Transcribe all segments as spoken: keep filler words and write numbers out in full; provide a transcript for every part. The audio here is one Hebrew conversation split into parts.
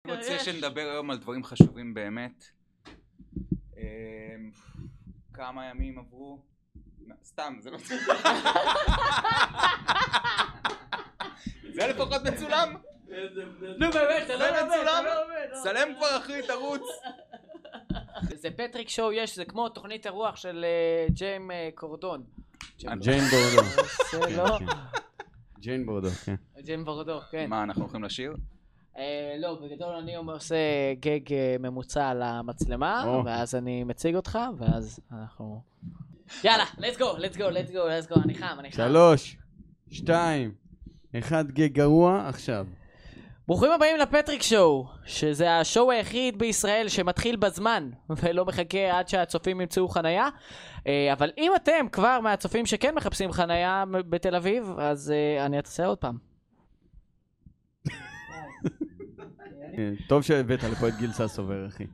אני רוצה שנדבר היום על דברים חשובים באמת. כמה ימים עברו? סתם, זה לא... זה לפחות מצולם? נו באמת, זה לא מצולם? סלם כבר אחרי תרוץ. זה פטריק שואו, יש, זה כמו תוכנית הרוח של ג'יים קורדון. ג'יין בורדו. זה לא... ג'יין בורדו, כן. ג'יים בורדו, כן. מה, אנחנו הולכים לשיר? לא, בגדול אני עושה גג ממוצע על המצלמה, ואז אני מציג אותך, ואז אנחנו... יאללה, let's go, let's go, let's go, let's go, אני חם, אני חם. שלוש, שתיים, אחד גג גרוע, עכשיו. ברוכים הבאים לפטריק שואו, שזה השואו היחיד בישראל שמתחיל בזמן, ולא מחכה עד שהצופים ימצאו חנייה. אבל אם אתם כבר מהצופים שכן מחפשים חנייה בתל אביב, אז אני אתעשה עוד פעם. טוב שהבאת לפה את גיל ססובר, אחי.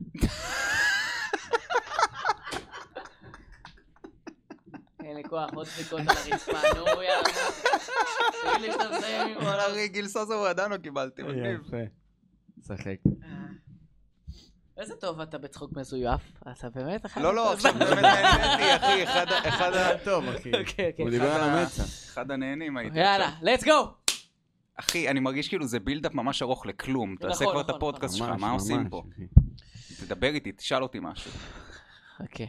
אין לי כוח, עוד דפיקות על הרצפה, נו יאללה. תגיד לי שאתה מסיים. וואלה, גיל ססובר עדיין לא קיבלתי, מגניב. יפה, שחק. איזה טוב אתה בצחוק מזויף, אתה באמת אחד... לא, לא, עכשיו באמת נהניתי, אחי, אחד ה... טוב, אחי. הוא דיבר על המצח. אחד הנהנים הייתי. יאללה, let's go! אחי, אני מרגיש כאילו זה בילדאפ ממש ארוך לכלום. תעשה כבר את הפודקאסט שלך, מה עושים פה? תדבר איתי, תשאל אותי משהו. אוקיי.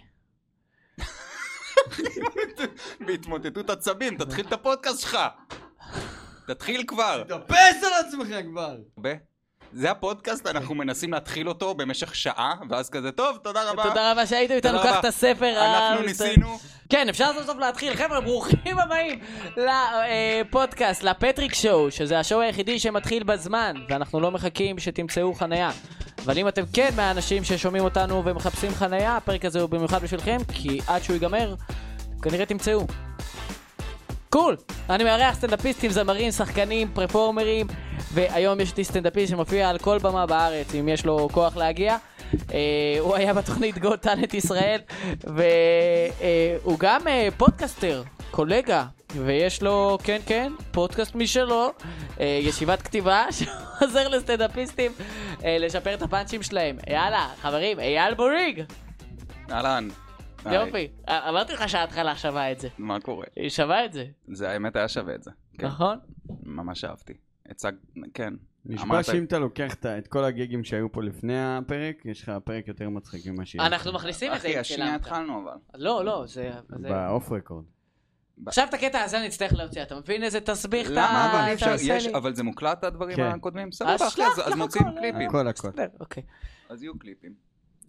בהתמוטטות עצבים, תתחיל את הפודקאסט שלך. תתחיל כבר. תתאפס על עצמך כבר. זה הפודקאסט, אנחנו מנסים להתחיל אותו במשך שעה, ואז כזה, טוב, תודה רבה. תודה רבה שהייתם איתנו, קח את הספר. אנחנו ניסינו. כן, אפשר סוף סוף להתחיל. חבר'ה, ברוכים הבאים לפודקאסט, לפטריק שואו, שזה השואו היחידי שמתחיל בזמן, ואנחנו לא מחכים שתמצאו חנייה. אבל אם אתם כן מהאנשים ששומעים אותנו ומחפשים חנייה, הפרק הזה הוא במיוחד בשבילכם, כי עד שהוא ייגמר, כנראה תמצאו. קול! אני מארח סטנדאפיסטים, זמרים, שחקנים, פרפורמרים, והיום יש לי סטנדאפיסט שמופיע על כל במה בארץ, אם יש לו כוח להגיע. הוא היה בתוכנית גוט טאלנט ישראל, והוא גם פודקאסטר, קולגה, ויש לו, כן כן, פודקאסט משלו, ישיבת כתיבה שעוזר לסטנדאפיסטים לשפר את הפאנצ'ים שלהם. יאללה, חברים, אייל בוריג. אהלן. יופי, אמרתי לך שההתחלה שווה את זה. מה קורה? היא שווה את זה. זה האמת היה שווה את זה. נכון? ממש אהבתי. הצג, כן. נשבע שאם אתה לוקח את כל הגגים שהיו פה לפני הפרק, יש לך פרק יותר מצחיק ממה שיש. אנחנו מכניסים את זה. אחי, השנייה התחלנו אבל. לא, לא, זה... באוף רקורד. עכשיו את הקטע הזה נצטרך להוציא, אתה מבין איזה תסביך אתה... למה? אי אפשר, יש, אבל זה מוקלט הדברים הקודמים? סבבה, אז מוצאים קליפים. הכל, הכל. אוקיי. אז יהיו קליפים.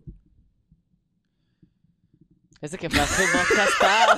איזה כיף להתחיל פודקאסט אז.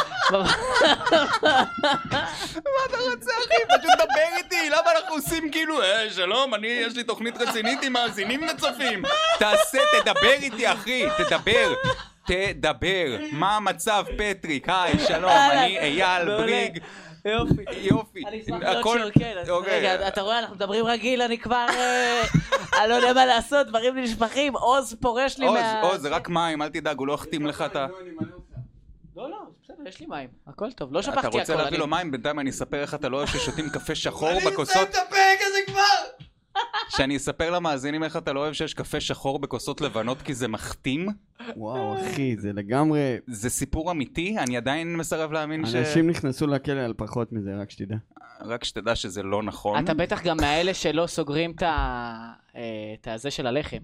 מה אתה רוצה אחי? פשוט דבר איתי, למה אנחנו עושים כאילו אה שלום, אני יש לי תוכנית רצינית עם מאזינים וצופים. תעשה, תדבר איתי אחי, תדבר. תדבר. מה המצב פטריק? היי שלום, אני אייל בריג. יופי. יופי. אני אשמח להיות שורקן. רגע, אתה רואה, אנחנו מדברים רגיל, אני כבר... אני לא יודע מה לעשות, דברים נשפכים, עוז פורש לי מה... עוז, עוז, זה רק מים, אל תדאג, הוא לא החתים לך את ה... לא, לא, בסדר, יש לי מים, הכל טוב, לא שפכתי הכל. אתה רוצה להביא לו מים? בינתיים אני אספר איך אתה לא אוהב ששותים קפה שחור בכוסות... אני אסיים את הפרק הזה כבר! שאני אספר למאזינים איך אתה לא אוהב שיש קפה שחור בכוסות לבנות כי זה מחתים? וואו אחי, זה לגמרי... זה סיפור אמיתי? אני עדיין מסרב להאמין ש... אנשים נכנסו לכלא על פחות מזה, רק שתדע. רק שתדע שזה לא נכון. אתה בטח גם מהאלה שלא סוגרים את הזה של הלחם.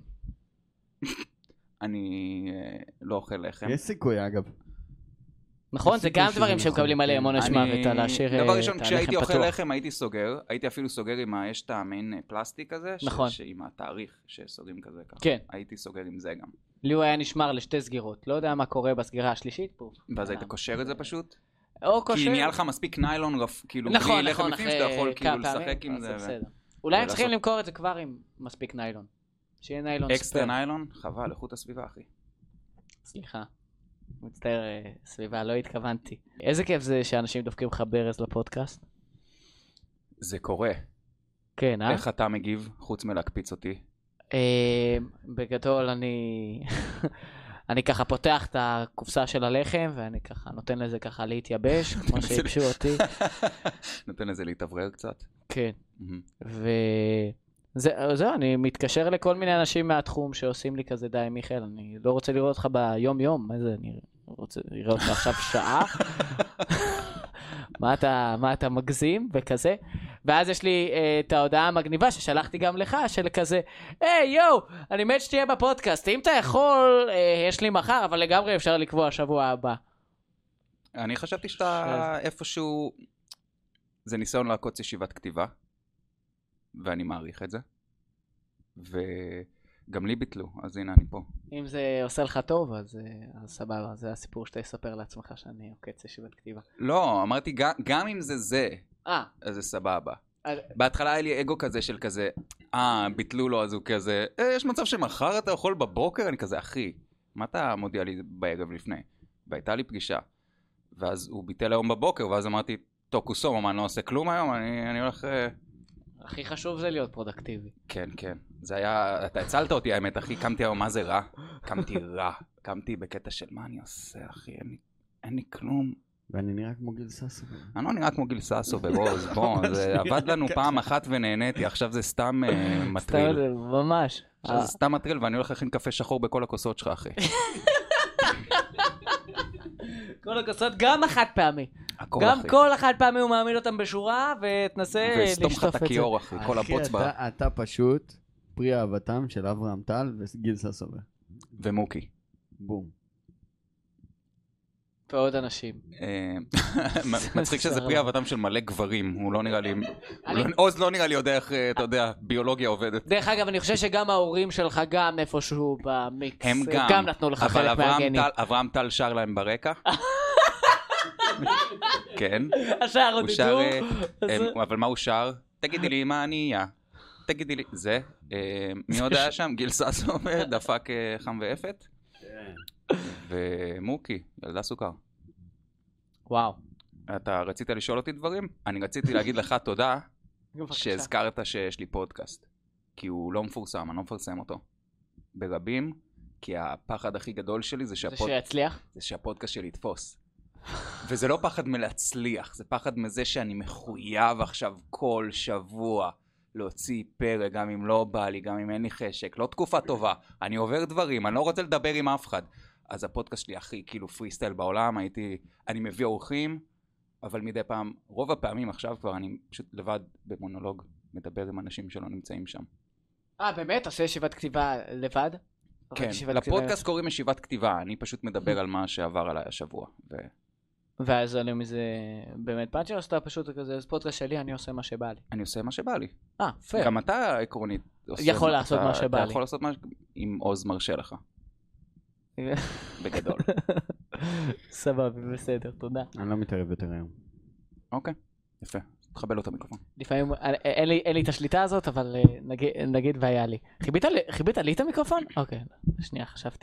אני לא אוכל לחם. יש סיכוי אגב. נכון, זה גם דברים שמקבלים עליהם עונש מוות, על להשאיר את הלחם פתוח. דבר ראשון, כשהייתי אוכל לחם הייתי סוגר, הייתי אפילו סוגר עם ה... יש את המין פלסטיק הזה, עם התאריך שסוגרים כזה ככה. כן. הייתי סוגר עם זה גם. לי הוא היה נשמר לשתי סגירות, לא יודע מה קורה בסגירה השלישית פה. ואז היית קושר את זה פשוט? או קושר. כי נהיה לך מספיק ניילון, כאילו, בלי לחם בפנים שאתה יכול כאילו לשחק עם זה. אולי הם צריכים למכור את זה כבר עם מספיק ניילון. שיהיה ניילון ספר. אקסטרה ניילון? חבל, איכות הסביבה, אחי. סליחה. מצטער, סביבה, לא התכוונתי. איזה כיף זה שאנשים דופקים לך ברז לפודקאסט? זה קורה. כן, אה? איך אתה מגיב, חוץ מלהקפיץ אותי? בגדול, אני... אני ככה פותח את הקופסה של הלחם, ואני ככה נותן לזה ככה להתייבש, כמו שיבשו אותי. נותן לזה להתאוורר קצת? כן. ו... זה, זהו, אני מתקשר לכל מיני אנשים מהתחום שעושים לי כזה, די מיכאל, אני לא רוצה לראות אותך ביום יום, מה זה, אני רוצה לראות אותך עכשיו שעה, מה אתה, מה אתה מגזים וכזה, ואז יש לי uh, את ההודעה המגניבה ששלחתי גם לך, של כזה, היי יו, אני מת שתהיה בפודקאסט, אם אתה יכול, uh, יש לי מחר, אבל לגמרי אפשר לקבוע שבוע הבא. אני חשבתי שאתה איפשהו, זה ניסיון לעקוץ ישיבת כתיבה, ואני מעריך את זה, וגם לי ביטלו, אז הנה אני פה. אם זה עושה לך טוב, אז, אז סבבה, זה הסיפור שאתה יספר לעצמך שאני עוקץ ישיבת כתיבה. לא, אמרתי גם, גם אם זה זה, אה. אז זה סבבה. אז... בהתחלה היה לי אגו כזה של כזה, אה, ביטלו לו, אז הוא כזה, אה, יש מצב שמחר אתה יכול בבוקר? אני כזה, אחי, מה אתה מודיע לי בערב לפני? והייתה לי פגישה, ואז הוא ביטל היום בבוקר, ואז אמרתי, טוקוסום, מה, אני לא עושה כלום היום? אני, אני הולך... הכי חשוב זה להיות פרודקטיבי. כן, כן. זה היה, אתה הצלת אותי האמת, אחי, קמתי היום, מה זה רע? קמתי רע. קמתי בקטע של מה אני עושה, אחי, אין לי, אין לי כלום. ואני נראה כמו גיל ססו. אני לא נראה כמו גיל ססו ברוז, בוא, זה עבד לנו פעם אחת ונהניתי, עכשיו זה סתם מטריל. סתם, ממש. עכשיו זה סתם מטריל, ואני הולך להכין קפה שחור בכל הכוסות שלך, אחי. כל הכוסות, גם אחת פעמי. גם כל אחת פעמי הוא מעמיד אותם בשורה, ותנסה לשטוף את זה. וסתום לך את הכיור, אחי, כל הפוצבה. אחי, אתה פשוט פרי אהבתם של אברהם טל וגיל ססו. ומוקי. בום. ועוד אנשים. מצחיק שזה פרי אהבתם של מלא גברים, הוא לא נראה לי, עוז לא נראה לי יודע איך, אתה יודע, ביולוגיה עובדת. דרך אגב, אני חושב שגם ההורים שלך גם איפשהו במיקס, הם גם נתנו לך חלק מהגנים. אבל אברהם טל שר להם ברקע. כן. השאר עוד איתו. אבל מה הוא שר? תגידי לי מה אני אהיה. תגידי לי, זה. מי עוד היה שם? גיל ססו דפק חם ואפת? ומוקי, ילדה סוכר. וואו. אתה רצית לשאול אותי דברים? אני רציתי להגיד לך תודה שהזכרת שיש לי פודקאסט. כי הוא לא מפורסם, אני לא מפרסם אותו. ברבים, כי הפחד הכי גדול שלי זה זה שיצליח? זה שהפודקאסט שלי יתפוס. וזה לא פחד מלהצליח, זה פחד מזה שאני מחויב עכשיו כל שבוע להוציא פרק, גם אם לא בא לי, גם אם אין לי חשק, לא תקופה טובה, אני עובר דברים, אני לא רוצה לדבר עם אף אחד. אז הפודקאסט שלי הכי כאילו פרי סטייל בעולם, הייתי, אני מביא אורחים, אבל מדי פעם, רוב הפעמים עכשיו כבר אני פשוט לבד במונולוג, מדבר עם אנשים שלא נמצאים שם. אה, באמת? עושה ישיבת כתיבה לבד? כן, לפודקאסט קוראים ישיבת כתיבה, אני פשוט מדבר על מה שעבר עליי השבוע. ואז אני מזה באמת פאנצ'ר, או שאתה פשוט כזה, זה פודקאסט שלי, אני עושה מה שבא לי. אני עושה מה שבא לי. אה, פייר. גם אתה עקרונית. יכול לעשות מה שבא לי. אתה יכול לעשות מה אם עוז מרשה לך. בגדול. סבבה, בסדר, תודה. אני לא מתערב יותר היום. אוקיי, יפה. תחבל לו את המיקרופון. לפעמים, אין לי את השליטה הזאת, אבל נגיד והיה לי. חיבית לי את המיקרופון? אוקיי, שנייה, חשבתי.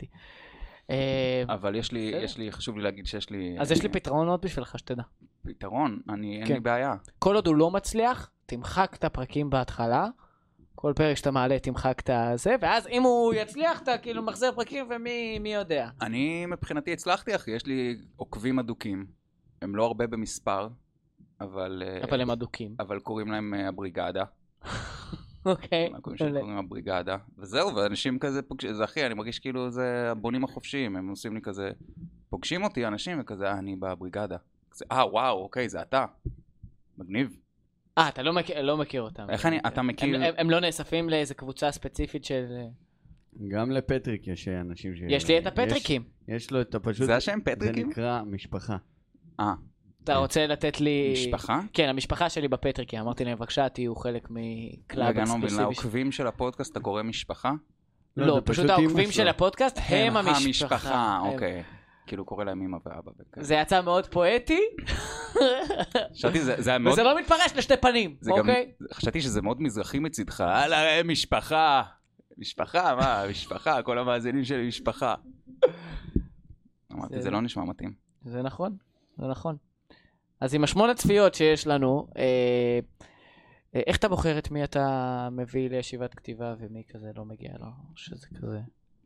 אבל יש לי, יש לי, חשוב לי להגיד שיש לי... אז יש לי פתרונות בשבילך, שתדע. פתרון? אני, אין לי בעיה. כל עוד הוא לא מצליח, תמחק את הפרקים בהתחלה, כל פרק שאתה מעלה תמחק את זה, ואז אם הוא יצליח, אתה כאילו מחזר פרקים ומי יודע. אני מבחינתי הצלחתי, אחי, יש לי עוקבים אדוקים. הם לא הרבה במספר, אבל... אבל הם אדוקים. אבל קוראים להם הבריגדה. אוקיי. קוראים הבריגדה. וזהו, ואנשים כזה פוגשים, זה אחי, אני מרגיש כאילו זה הבונים החופשיים, הם עושים לי כזה, פוגשים אותי אנשים וכזה, אה, אני בבריגדה. אה, וואו, אוקיי, זה אתה. מגניב. אה, אתה לא מכיר, לא מכיר אותם. איך אני, אתה מכיר... הם, הם, הם לא נאספים לאיזה קבוצה ספציפית של... גם לפטריק יש אנשים ש... יש לי את הפטריקים. יש, יש לו את הפשוט... זה השם פטריקים? זה נקרא משפחה. אה. אתה רוצה לתת לי... משפחה? כן, המשפחה שלי בפטריקים. אמרתי להם, בבקשה, תהיו חלק מקלאב אקסקלוסיבי. רגע, לעוקבים של הפודקאסט אתה קורא משפחה? לא, פשוט העוקבים של הפודקאסט הם המשפחה. המשפחה, אוקיי. כאילו קורא להם אמא ואבא. זה יצא מאוד פואטי. חשבתי זה היה מאוד... וזה לא מתפרש לשתי פנים, אוקיי? חשבתי שזה מאוד מזרחי מצידך. הלאה, משפחה. משפחה, מה? משפחה, כל המאזינים שלי משפחה. אמרתי, זה לא נשמע מתאים. זה נכון, זה נכון. אז עם השמונה צפיות שיש לנו, איך אתה בוחר את מי אתה מביא לישיבת כתיבה ומי כזה לא מגיע לו? שזה כזה...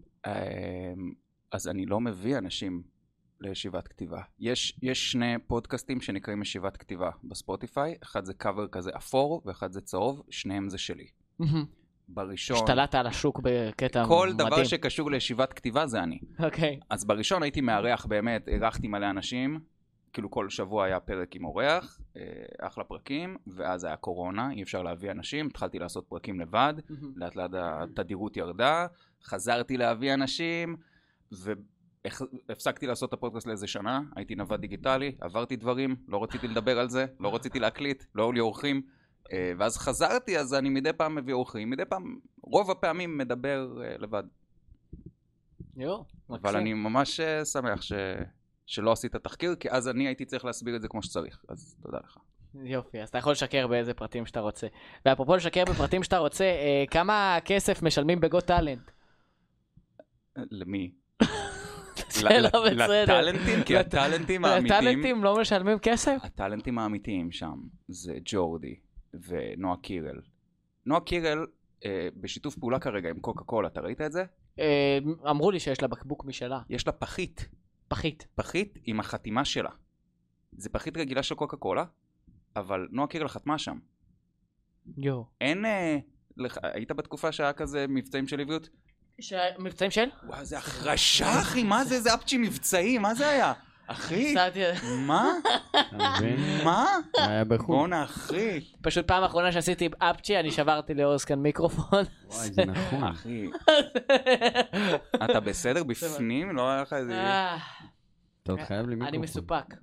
אז אני לא מביא אנשים לישיבת כתיבה. יש, יש שני פודקאסטים שנקראים ישיבת כתיבה בספוטיפיי. אחד זה קאבר כזה אפור ואחד זה צהוב, שניהם זה שלי. בראשון... השתלטת על השוק בקטע כל מדהים. דבר שקשור לישיבת כתיבה זה אני. אוקיי. אז בראשון הייתי מארח באמת, אירחתי מלא אנשים, כאילו כל שבוע היה פרק עם אורח, אחלה פרקים, ואז היה קורונה, אי אפשר להביא אנשים, התחלתי לעשות פרקים לבד, לאט לאט התדירות ירדה, חזרתי להביא אנשים, והפסקתי לעשות את הפודקאסט לאיזה שנה, הייתי נווד דיגיטלי, עברתי דברים, לא רציתי לדבר על זה, לא רציתי להקליט, לא היו לי אורחים, ואז חזרתי, אז אני מדי פעם מביא אורחים, מדי פעם, רוב הפעמים מדבר לבד. יו, אבל אני ממש שמח ש... שלא עשית תחקיר, כי אז אני הייתי צריך להסביר את זה כמו שצריך, אז תודה לך. יופי, אז אתה יכול לשקר באיזה פרטים שאתה רוצה. ואפרופו לשקר בפרטים שאתה רוצה, אה, כמה כסף משלמים בגוט טאלנט? למי? שאלה בסדר. לטלנטים? כי הטלנטים האמיתיים... לטלנטים לא משלמים כסף? הטלנטים האמיתיים שם זה ג'ורדי ונועה קירל. נועה קירל אה, בשיתוף פעולה כרגע עם קוקה קולה, אתה ראית את זה? אה, אמרו לי שיש לה בקבוק משלה. יש לה פחית. פחית. פחית עם החתימה שלה. זה פחית רגילה של קוקה קולה, אבל נועה קירל חתמה שם. יו. אין... אה, לח... היית בתקופה שהיה כזה מבצעים של עבריות? ש... מבצעים של? וואו, זה החרשה, אחי, מה זה? זה אפצ'י מבצעי, מה זה היה? אחי, מה? מה? היה בחוץ. בונה, אחי. פשוט פעם האחרונה שעשיתי אפצ'י, אני שברתי לאוסקן מיקרופון. וואי, זה נכון. אחי. אתה בסדר בפנים? לא היה לך איזה... אתה עוד חייב לי מיקרופון. אני מסופק.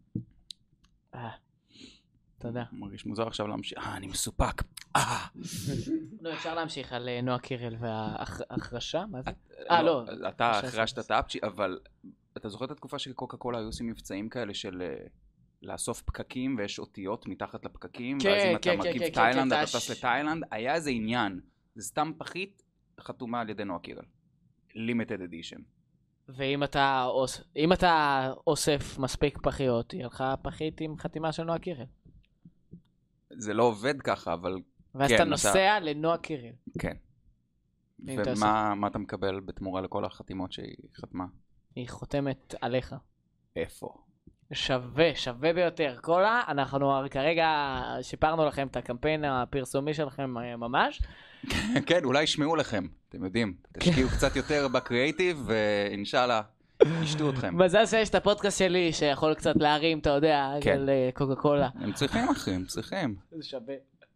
תודה. מרגיש מוזר עכשיו להמשיך. אה, אני מסופק. אה. לא, אפשר להמשיך על נועה קירל וההחרשה? מה זה? אה, לא. אתה החרשת את האפצ'י, אבל אתה זוכר את התקופה שקוקה קולה היו עושים מבצעים כאלה של לאסוף פקקים ויש אותיות מתחת לפקקים, ואז אם אתה מרכיב תאילנד, אתה טס לתאילנד, היה איזה עניין. זה סתם פחית חתומה על ידי נועה קירל. לימיטד אדישן. ואם אתה, אם אתה אוסף מספיק פחיות, יהיה לך פחית עם חתימה של נועה קירל. זה לא עובד ככה, אבל... ואז אתה נוסע לנועה קירל. כן. ומה אתה מקבל בתמורה לכל החתימות שהיא חתמה? היא חותמת עליך. איפה? שווה, שווה ביותר. קולה, אנחנו כרגע שיפרנו לכם את הקמפיין הפרסומי שלכם ממש. כן, אולי ישמעו לכם, אתם יודעים. תשקיעו קצת יותר בקריאייטיב, ואינשאללה, ישתו אתכם. מזל שיש את הפודקאסט שלי, שיכול קצת להרים, אתה יודע, על קוקה קולה. הם צריכים, אחי, הם צריכים. זה שווה.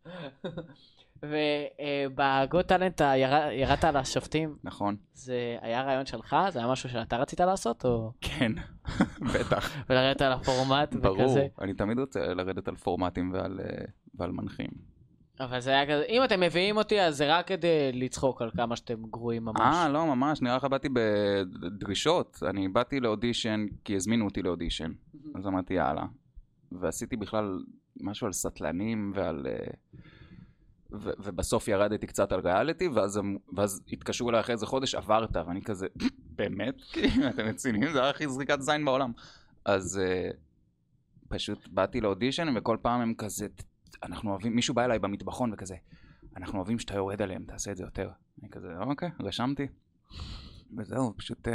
ובגוט טאלנט ירדת על השופטים. נכון. זה היה רעיון שלך? זה היה משהו שאתה רצית לעשות? כן, בטח. ולרדת על הפורמט וכזה? ברור, אני תמיד רוצה לרדת על פורמטים ועל מנחים. אבל זה היה כזה, אם אתם מביאים אותי, אז זה רק כדי לצחוק על כמה שאתם גרועים ממש. אה, לא, ממש, נראה לך באתי בדרישות. אני באתי לאודישן, כי הזמינו אותי לאודישן. אז אמרתי, יאללה. ועשיתי בכלל משהו על סטלנים ועל... ו- ובסוף ירדתי קצת על ריאליטי, ואז, ואז התקשרו אליי אחרי איזה חודש, עברת, ואני כזה, באמת? אתם רציניים? זה היה הכי זריקת זין בעולם. אז uh, פשוט באתי לאודישן, וכל פעם הם כזה, אנחנו אוהבים, מישהו בא אליי במטבחון וכזה, אנחנו אוהבים שאתה יורד עליהם, תעשה את זה יותר. אני כזה, אוקיי, רשמתי. וזהו, פשוט, uh,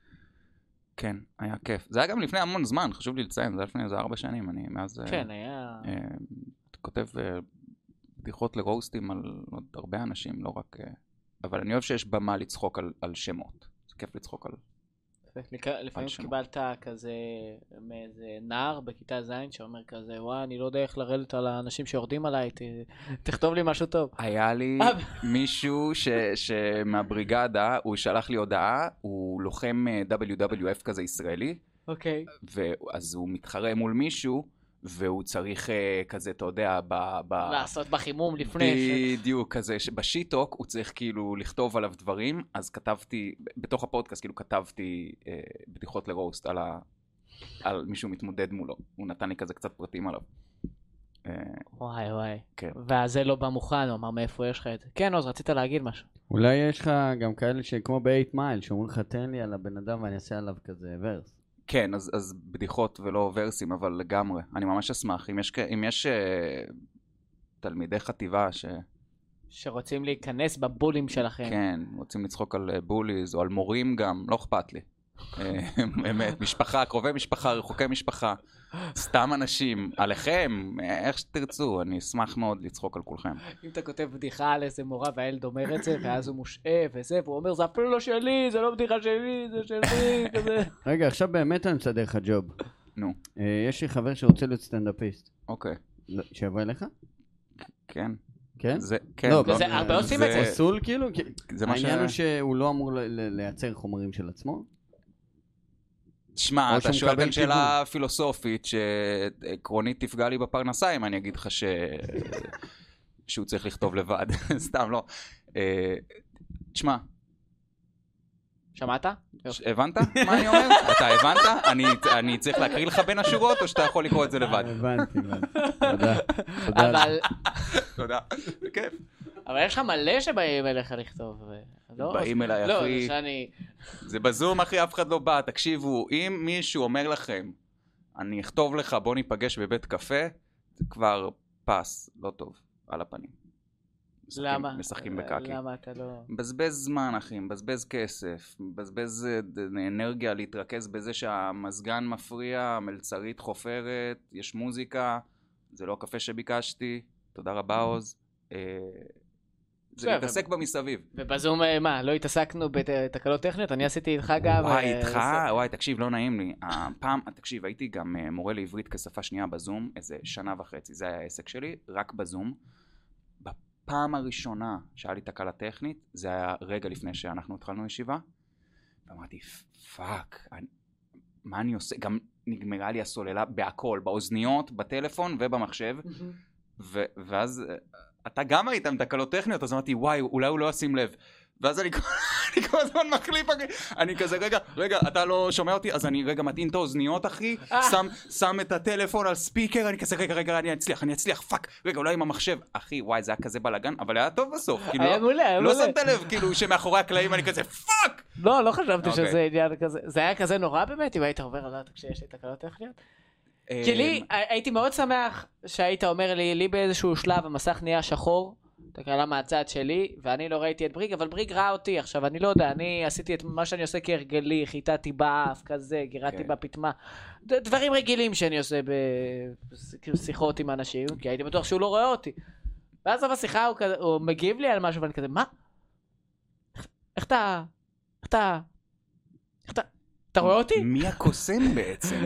כן, היה כיף. זה היה גם לפני המון זמן, חשוב לי לציין, זה היה לפני איזה ארבע שנים, אני מאז... כן, uh, היה... Uh, כותב... Uh, בדיחות לרוסטים על עוד הרבה אנשים, לא רק... אבל אני אוהב שיש במה לצחוק על, על שמות. זה כיף לצחוק על... לפעמים קיבלת כזה מאיזה נער בכיתה זין שאומר כזה, וואי, אני לא יודע איך לרדת על האנשים שיורדים עליי, ת, תכתוב לי משהו טוב. היה לי מישהו ש, שמהבריגדה, הוא שלח לי הודעה, הוא לוחם דאבליו דאבליו אף כזה ישראלי. אוקיי. ואז הוא מתחרה מול מישהו, והוא צריך uh, כזה, אתה יודע, ב... ב... לעשות בחימום לפני. בדיוק, ש... כזה, בשיטוק הוא צריך כאילו לכתוב עליו דברים, אז כתבתי, בתוך הפודקאסט כאילו כתבתי uh, בדיחות לרוסט על, ה... על מישהו מתמודד מולו. הוא נתן לי כזה קצת פרטים עליו. Uh, וואי וואי. כן. וזה לא בא מוכן, הוא אמר מאיפה יש לך את זה. כן, אז רצית להגיד משהו. אולי יש לך גם כאלה שכמו ב-eight mile, שאומרים לך תן לי על הבן אדם ואני אעשה עליו כזה ורס. כן, אז, אז בדיחות ולא ורסים, אבל לגמרי. אני ממש אשמח. אם יש, אם יש uh, תלמידי חטיבה ש... שרוצים להיכנס בבולים שלכם. כן, רוצים לצחוק על בוליז או על מורים גם, לא אכפת לי. באמת, משפחה, קרובי משפחה, רחוקי משפחה, סתם אנשים, עליכם, איך שתרצו, אני אשמח מאוד לצחוק על כולכם. אם אתה כותב בדיחה על איזה מורה והילד אומר את זה, ואז הוא מושעה וזה, והוא אומר, זה אפילו לא שלי, זה לא בדיחה שלי, זה שלי, כזה. רגע, עכשיו באמת אני מסדר לך ג'וב. נו. יש לי חבר שרוצה להיות סטנדאפיסט. אוקיי. שיבוא אליך? כן. כן? זה, כן. לא, וזה, הרבה עושים את זה. פסול כאילו? זה מה ש... העניין הוא שהוא לא אמור לייצר חומרים של עצמו? תשמע, אתה שואל כאן שאלה כיוון. פילוסופית שעקרונית תפגע לי בפרנסה אם אני אגיד לך ש... שהוא צריך לכתוב לבד. סתם, לא. תשמע. שמעת? הבנת מה אני אומר? אתה הבנת? אני, אני צריך להקריא לך בין השורות או שאתה יכול לקרוא את זה לבד? הבנתי, הבנתי. תודה. תודה. אבל... תודה. בכיף. אבל יש לך מלא שבאים אליך לכתוב. באים אליי, לא, אחי. זה שאני... זה בזום, אחי, אף אחד לא בא. תקשיבו, אם מישהו אומר לכם, אני אכתוב לך, בוא ניפגש בבית קפה, זה כבר פס, לא טוב, על הפנים. למה? משחקים בקאקי. למה אתה לא... מבזבז זמן, אחי, מבזבז כסף, מבזבז אנרגיה להתרכז בזה שהמזגן מפריע, המלצרית חופרת, יש מוזיקה, זה לא הקפה שביקשתי, תודה רבה עוז. זה מתעסק במסביב. ובזום מה, לא התעסקנו בתקלות טכניות? אני עשיתי איתך גם... וואי, איתך, וואי, תקשיב, לא נעים לי. הפעם, תקשיב, הייתי גם מורה לעברית כשפה שנייה בזום, איזה שנה וחצי, זה היה העסק שלי, רק בזום. בפעם הראשונה שהיה לי תקלה טכנית, זה היה רגע לפני שאנחנו התחלנו ישיבה, ואמרתי, פאק, מה אני עושה? גם נגמרה לי הסוללה בהכל, באוזניות, בטלפון ובמחשב, ואז... אתה גם היית עם תקלות טכניות, אז אמרתי, וואי, אולי הוא לא ישים לב. ואז אני, אני כל הזמן מחליף, אני כזה, רגע, רגע, אתה לא שומע אותי? אז אני רגע מטעין את האוזניות, אחי, שם, שם את הטלפון על ספיקר, אני כזה, רגע, רגע, אני אצליח, אני אצליח, פאק, רגע, אולי עם המחשב. אחי, וואי, זה היה כזה בלגן, אבל היה טוב בסוף. כאילו, היה מולה, היה לא מולה. שמת לב, כאילו, שמאחורי הקלעים אני כזה, פאק! לא, לא חשבתי אוקיי. שזה עניין כזה. זה היה כזה נורא באמת, אם היית עובר עליו כשיש לי תקלות טכניות? כי לי, הייתי מאוד שמח שהיית אומר לי, לי באיזשהו שלב המסך נהיה שחור, תקלה מהצד שלי, ואני לא ראיתי את בריג, אבל בריג ראה אותי. עכשיו, אני לא יודע, אני עשיתי את מה שאני עושה כהרגלי, חיטאתי באף, כזה, גירדתי בפתמה. דברים רגילים שאני עושה בשיחות עם אנשים, כי הייתי בטוח שהוא לא רואה אותי. ואז בשיחה הוא, כזה, הוא מגיב לי על משהו, ואני כזה, מה? איך אתה... איך אתה... איך אתה... אתה רואה אותי? מי הקוסם בעצם?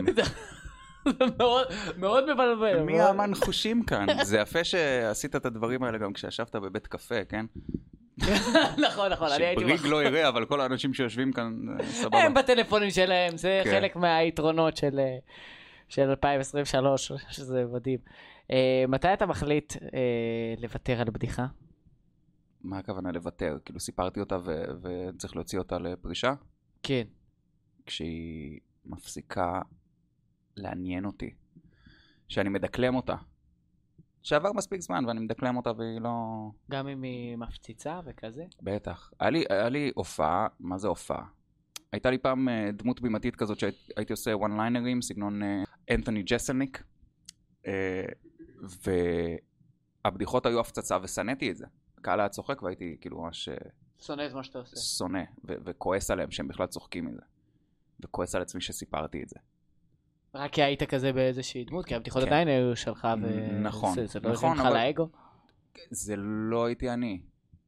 מאוד, מאוד מבלבל. מי האמן חושים כאן? זה יפה שעשית את הדברים האלה גם כשישבת בבית קפה, כן? נכון, נכון, אני הייתי... שבריג לא יראה, אבל כל האנשים שיושבים כאן, סבבה. הם בטלפונים שלהם, זה חלק מהיתרונות של אלפיים עשרים ושלוש, שזה מדהים. מתי אתה מחליט לוותר על בדיחה? מה הכוונה לוותר? כאילו סיפרתי אותה וצריך להוציא אותה לפרישה? כן. כשהיא מפסיקה לעניין אותי. שאני מדקלם אותה. שעבר מספיק זמן ואני מדקלם אותה והיא לא... גם אם היא מפציצה וכזה? בטח. היה לי, היה לי הופעה, מה זה הופעה? הייתה לי פעם דמות בימתית כזאת שהייתי עושה one liner'ים, סגנון אנתוני ג'סלניק, והבדיחות היו הפצצה ושנאתי את זה. הקהל היה צוחק והייתי כאילו ממש... שונא את מה שאתה עושה. שונא, ו- וכועס עליהם שהם בכלל צוחקים מזה. וכועס על עצמי שסיפרתי את זה. רק כי היית כזה באיזושהי דמות, כי הבדיחות עדיין היו שלך, נכון, זה לא נכון, הביא לך לאגו? זה לא הייתי אני.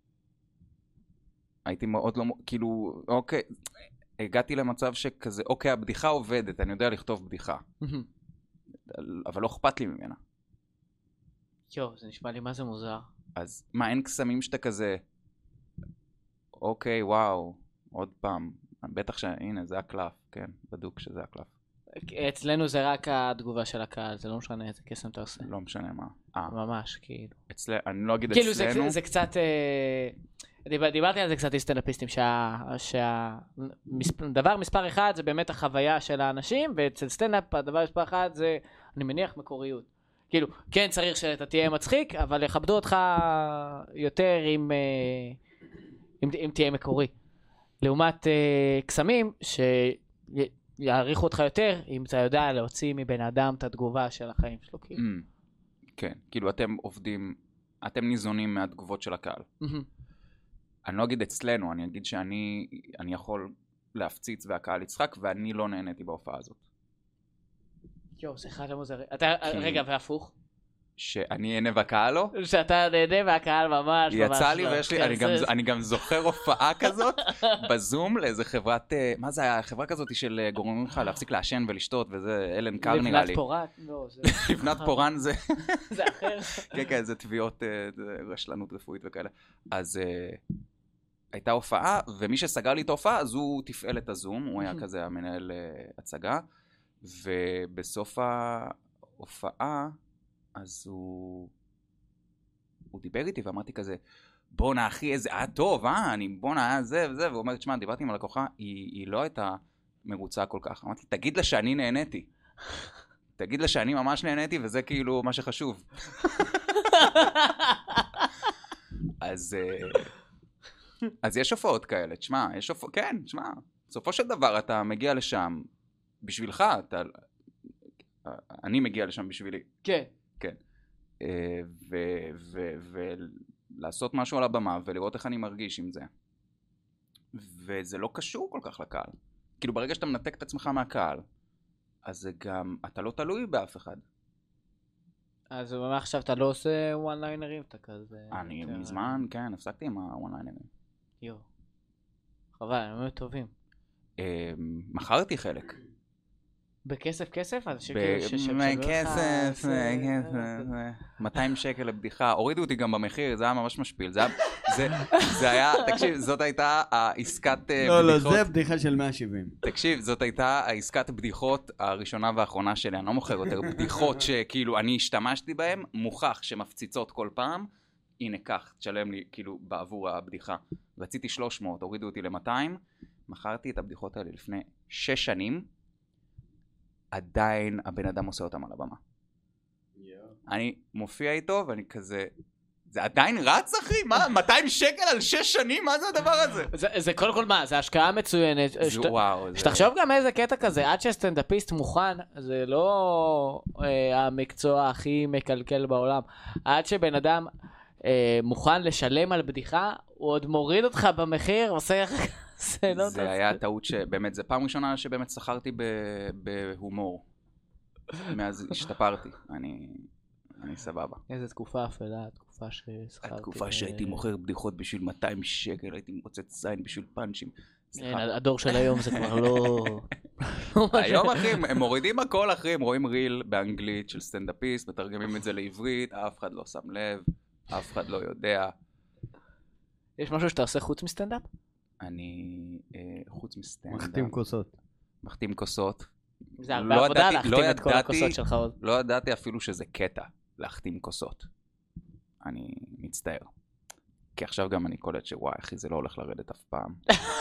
הייתי מאוד לא, כאילו, אוקיי, הגעתי למצב שכזה, אוקיי, הבדיחה עובדת, אני יודע לכתוב בדיחה. אבל לא אכפת לי ממנה. יו, זה נשמע לי מה זה מוזר. אז מה, אין קסמים שאתה כזה, אוקיי, וואו, עוד פעם, בטח שהנה, זה הקלף, כן, בדוק שזה הקלף. אצלנו זה רק התגובה של הקהל, זה לא משנה איזה קסם אתה עושה. לא משנה מה. ממש, כאילו. אצלנו, אני לא אגיד כאילו אצלנו. כאילו זה קצת, דיברתי על זה קצת סטנדאפיסטים, שהדבר מספר אחד זה באמת החוויה של האנשים, ואצל סטנדאפ הדבר מספר אחד זה, אני מניח, מקוריות. כאילו, כן צריך שאתה תהיה מצחיק, אבל יכבדו אותך יותר אם, אם, אם תהיה מקורי. לעומת קסמים ש... יעריכו אותך יותר, אם אתה יודע להוציא מבן אדם את התגובה של החיים שלו. כאילו. Mm, כן, כאילו אתם עובדים, אתם ניזונים מהתגובות של הקהל. Mm-hmm. אני לא אגיד אצלנו, אני אגיד שאני אני יכול להפציץ והקהל יצחק, ואני לא נהניתי בהופעה הזאת. יו, זה אחד המוזרים. אתה, רגע, והפוך? שאני אהנה והקהל לא? שאתה נהנה והקהל ממש ממש לא. יצא לי ויש לי, אני גם, אני גם זוכר הופעה כזאת בזום לאיזה חברת, מה זה היה? חברה כזאת של גורמים לך להפסיק לעשן ולשתות, וזה אלן קאר נראה לי. לבנת פורן? לא, זה... לבנת פורן זה... זה אחר. כן, כן, זה תביעות רשלנות רפואית וכאלה. אז הייתה הופעה, ומי שסגר לי את ההופעה, אז הוא תפעל את הזום, הוא היה כזה המנהל הצגה, ובסוף ההופעה, אז הוא, הוא דיבר איתי ואמרתי כזה, בונה אחי, איזה, אה טוב, אה, אני בונה, אה, זה וזה, והוא אומר, תשמע, דיברתי עם הלקוחה, היא, היא לא הייתה מרוצה כל כך. אמרתי, תגיד לה שאני נהניתי. תגיד לה שאני ממש נהניתי, וזה כאילו מה שחשוב. אז, אז יש הופעות כאלה, תשמע, יש הופעות, כן, תשמע, בסופו של דבר אתה מגיע לשם בשבילך, אתה, אני מגיע לשם בשבילי. כן. כן. ולעשות משהו על הבמה ולראות איך אני מרגיש עם זה. וזה לא קשור כל כך לקהל. כאילו ברגע שאתה מנתק את עצמך מהקהל, אז זה גם, אתה לא תלוי באף אחד. אז עכשיו אתה לא עושה וואן ליינרים, אתה כזה... אני מזמן, כן, הפסקתי עם הוואן ליינרים. יו. חבל, הם מאוד טובים. מכרתי חלק. בכסף כסף? בכסף, מאתיים שקל לבדיחה, הורידו אותי גם במחיר, זה היה ממש משפיל, זה היה, תקשיב, זאת הייתה העסקת בדיחות. לא, לא, זה בדיחה של מאה שבעים. תקשיב, זאת הייתה העסקת בדיחות הראשונה והאחרונה שלי, אני לא מוכר יותר בדיחות שכאילו אני השתמשתי בהן, מוכח שמפציצות כל פעם, הנה כך, תשלם לי כאילו בעבור הבדיחה. רציתי שלוש מאות, הורידו אותי ל-מאתיים, מכרתי את הבדיחות האלה לפני שש שנים, עדיין הבן אדם עושה אותם על הבמה. אני מופיע איתו ואני כזה, זה עדיין רץ אחי? מה? מאתיים שקל על שש שנים? מה זה הדבר הזה? זה קודם כל מה? זה השקעה מצוינת. וואו. שתחשוב גם איזה קטע כזה, עד שסטנדאפיסט מוכן, זה לא המקצוע הכי מקלקל בעולם. עד שבן אדם מוכן לשלם על בדיחה, הוא עוד מוריד אותך במחיר, עושה... זה, לא זה היה טעות שבאמת, זה פעם ראשונה שבאמת שכרתי בהומור. מאז השתפרתי, אני, אני סבבה. איזה תקופה אפלה, תקופה ששכרתי. התקופה שהייתי מוכר בדיחות בשביל מאתיים שקל, הייתי מוצץ זין בשביל פאנצ'ים. הדור של היום זה כבר לא... היום אחי, הם מורידים הכל אחי, הם רואים ריל באנגלית של סטנדאפיסט, מתרגמים את זה לעברית, אף אחד לא שם לב, אף אחד לא יודע. יש משהו שאתה עושה חוץ מסטנדאפ? אני, חוץ מסטנדאפ. מחתים כוסות. מחתים כוסות. זה הרבה עבודה להחתים את כל הכוסות שלך עוד. לא ידעתי אפילו שזה קטע להחתים כוסות. אני מצטער. כי עכשיו גם אני קולט שוואי, אחי, זה לא הולך לרדת אף פעם.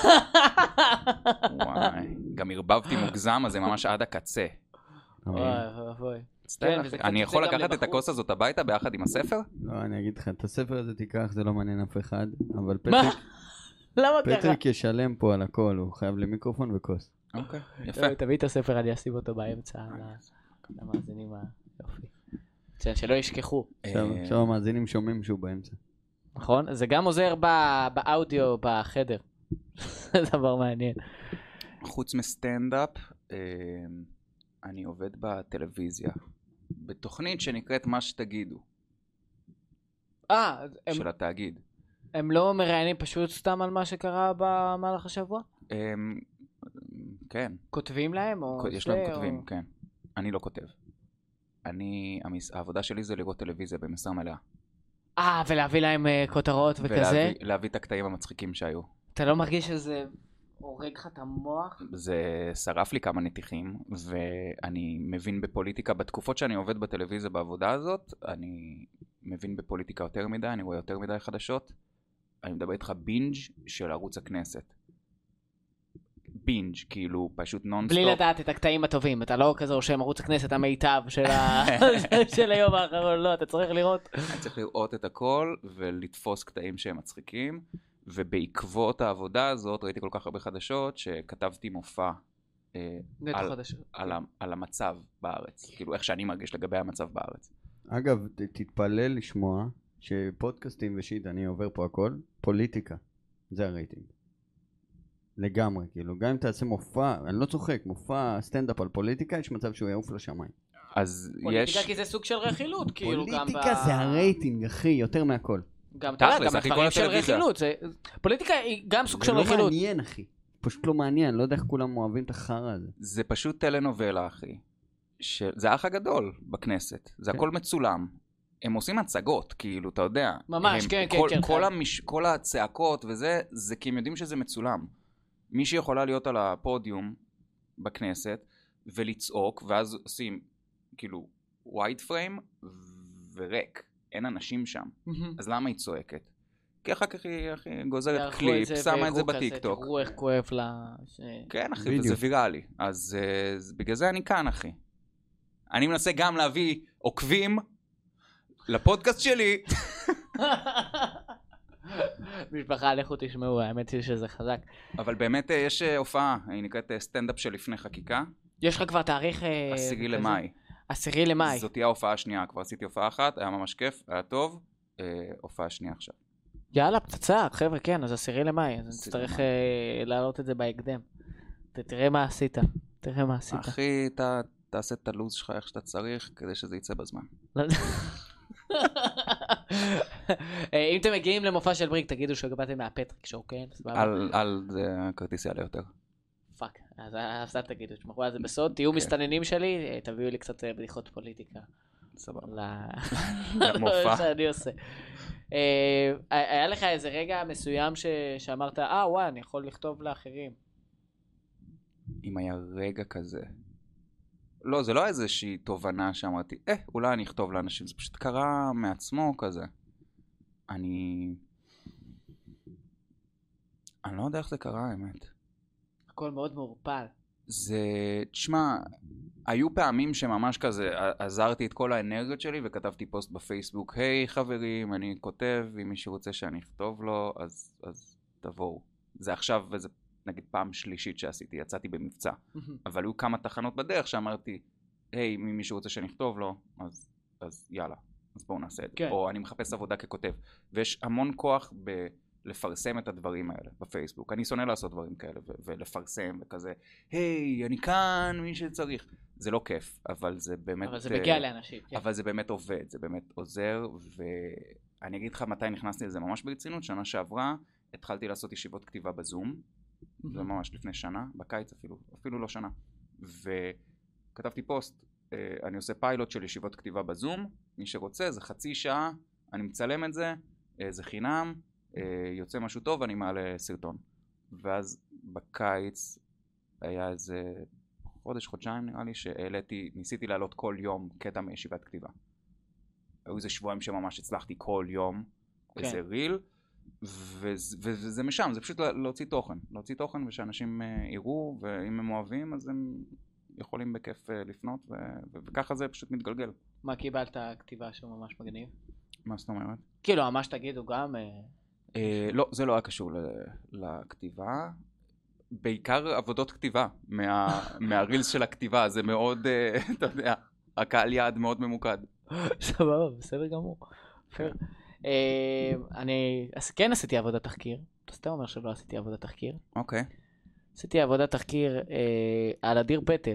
וואי. גם הרבבתי מוגזם, אז זה ממש עד הקצה. וואי, וואי. אני יכול לקחת את הכוס הזאת הביתה ביחד עם הספר? לא, אני אגיד לך, את הספר הזה תיקח, זה לא מעניין אף אחד, אבל פטריק... למה ככה? פטריק ישלם פה על הכל, הוא חייב למיקרופון וכוס. אוקיי, יפה. תביא את הספר, אני אשים אותו באמצע למאזינים היופי. שלא ישכחו. עכשיו המאזינים שומעים שהוא באמצע. נכון? זה גם עוזר באודיו בחדר. זה דבר מעניין. חוץ מסטנדאפ, אני עובד בטלוויזיה, בתוכנית שנקראת מה שתגידו. אה, של התאגיד. הם לא מראיינים פשוט סתם על מה שקרה במהלך השבוע? כן. כותבים להם? יש להם כותבים, כן. אני לא כותב. אני, העבודה שלי זה לראות טלוויזיה במשרה מלאה. אה, ולהביא להם כותרות וכזה? ולהביא את הקטעים המצחיקים שהיו. אתה לא מרגיש שזה הורג לך את המוח? זה שרף לי כמה נתיחים, ואני מבין בפוליטיקה, בתקופות שאני עובד בטלוויזיה בעבודה הזאת, אני מבין בפוליטיקה יותר מדי, אני רואה יותר מדי חדשות. אני מדבר איתך בינג' של ערוץ הכנסת. בינג', כאילו, פשוט נונסטופ. בלי לדעת את הקטעים הטובים, אתה לא כזה רושם ערוץ הכנסת המיטב של היום האחרון, לא, אתה צריך לראות. אני צריך לראות את הכל ולתפוס קטעים שהם מצחיקים, ובעקבות העבודה הזאת ראיתי כל כך הרבה חדשות שכתבתי מופע על המצב בארץ, כאילו איך שאני מרגיש לגבי המצב בארץ. אגב, תתפלל לשמוע שפודקאסטים ושיט, אני עובר פה הכל, פוליטיקה, זה הרייטינג. לגמרי, כאילו, גם אם תעשה מופע, אני לא צוחק, מופע סטנדאפ על פוליטיקה, יש מצב שהוא יעוף לשמיים. אז פוליטיקה יש... כי זה סוג של רכילות, כאילו גם ב... פוליטיקה זה הרייטינג, אחי, יותר מהכל. גם אתה יודע, תכלס, גם אחי, דברים כל של הטלוויזיה. רכילות. זה- פוליטיקה היא גם סוג זה של לא רכילות. מעניין, אחי. פשוט לא מעניין, לא יודע איך כולם אוהבים את החרא הזה. זה פשוט טלנובלה, אחי. ש... זה האח הגדול בכנסת. זה כן. הכל מצולם. הם עושים הצגות, כאילו, אתה יודע. ממש, הם, כן, כן, כל, כן, כל, חייב. המש... כל הצעקות וזה, זה כי הם יודעים שזה מצולם. מי שיכולה להיות על הפודיום בכנסת ולצעוק, ואז עושים, כאילו, ווייד פריים וריק. אין אנשים שם. מהמם. אז למה היא צועקת? כי אחר כך היא, אחי, גוזרת יערכו קליפ, זה שמה את זה ויראו כזה, בטיקטוק. תראו איך כואב לה. ש- כן, אחי, בדיוק. וזה ויראלי. אז uh, אז בגלל זה אני כאן, אחי. אני מנסה גם להביא עוקבים לפודקאסט שלי. משפחה, לכו תשמעו, האמת היא שזה חזק. אבל באמת uh, יש uh, הופעה, היא נקראת uh, סטנדאפ של לפני חקיקה. יש לך כבר תאריך... אה, עשירי כזה? למאי. עשירי למאי. זאת תהיה ההופעה השנייה, כבר עשיתי הופעה אחת, היה ממש כיף, היה טוב. uh, הופעה שנייה עכשיו. יאללה, פצצה, חבר'ה, כן, אז עשירי למאי, אז עשירי נצטרך למאי. אה, להעלות את זה בהקדם. ת- תראה מה עשית, תראה מה עשית. אחי, ת- תעשה את הלו"ז שלך איך שאתה צריך, כדי שזה יצא בזמן. אה, אם אתם מגיעים למופע של בריק, תגידו שהגעתם מהפטריק שואו, כן? סבבה? על, על זה הכרטיס יעלה יותר. פאק, אז אז אל תגידו, תשמחו על זה בסוד, תהיו מסתננים שלי, אה, תביאו לי קצת אה, בדיחות פוליטיקה. סבבה. ל- למופע. שאני עושה. אה, היה לך איזה רגע מסוים ש- שאמרת, אה וואי, אני יכול לכתוב לאחרים. אם היה רגע כזה. לא, זה לא איזושהי תובנה שאמרתי, אה, אולי אני אכתוב לאנשים, זה פשוט קרה מעצמו כזה. אני... אני לא יודע איך זה קרה, האמת. הכל מאוד מעורפל. זה... תשמע, היו פעמים שממש כזה עזרתי את כל האנרגיות שלי וכתבתי פוסט בפייסבוק, היי חברים, אני כותב, אם מישהו רוצה שאני אכתוב לו, אז, אז תבואו. זה עכשיו, וזה נגיד פעם שלישית שעשיתי, יצאתי במבצע. אבל היו כמה תחנות בדרך שאמרתי, היי, אם מישהו רוצה שאני אכתוב לו, אז, אז יאללה, אז בואו נעשה את זה. כן. או אני מחפש עבודה ככותב. ויש המון כוח ב... לפרסם את הדברים האלה בפייסבוק. אני שונא לעשות דברים כאלה ו- ולפרסם וכזה, היי, אני כאן, מי שצריך. זה לא כיף, אבל זה באמת... אבל זה מגיע לאנשים. כן. אבל זה באמת עובד, זה באמת עוזר, ואני אגיד לך מתי נכנסתי לזה ממש ברצינות, שנה שעברה, התחלתי לעשות ישיבות כתיבה בזום, זה ממש לפני שנה, בקיץ אפילו, אפילו לא שנה. וכתבתי פוסט, אני עושה פיילוט של ישיבות כתיבה בזום, מי שרוצה, זה חצי שעה, אני מצלם את זה, זה חינם, יוצא משהו טוב, אני מעלה סרטון. ואז בקיץ היה איזה חודש, חודשיים נראה לי, שהעליתי, ניסיתי לעלות כל יום קטע מישיבת כתיבה. היו איזה שבועיים שממש הצלחתי כל יום, כן. איזה ריל, וזה, וזה משם, זה פשוט להוציא תוכן. להוציא תוכן ושאנשים יראו, ואם הם אוהבים, אז הם יכולים בכיף לפנות, ו- ו- וככה זה פשוט מתגלגל. מה קיבלת כתיבה שהוא ממש מגניב? מה זאת אומרת? כאילו, ממש תגידו גם... אה, אה, לא, זה לא היה קשור ל- לכתיבה. בעיקר עבודות כתיבה, מה, מהרילס של הכתיבה, זה מאוד, אה, אתה יודע, הקהל יעד מאוד ממוקד. סבבה, בסדר גמור. פייר. אה, אני אז כן עשיתי עבודת תחקיר. אתה סתם אומר שלא עשיתי עבודת תחקיר. אוקיי. עשיתי עבודת תחקיר אה, על אדיר פטל.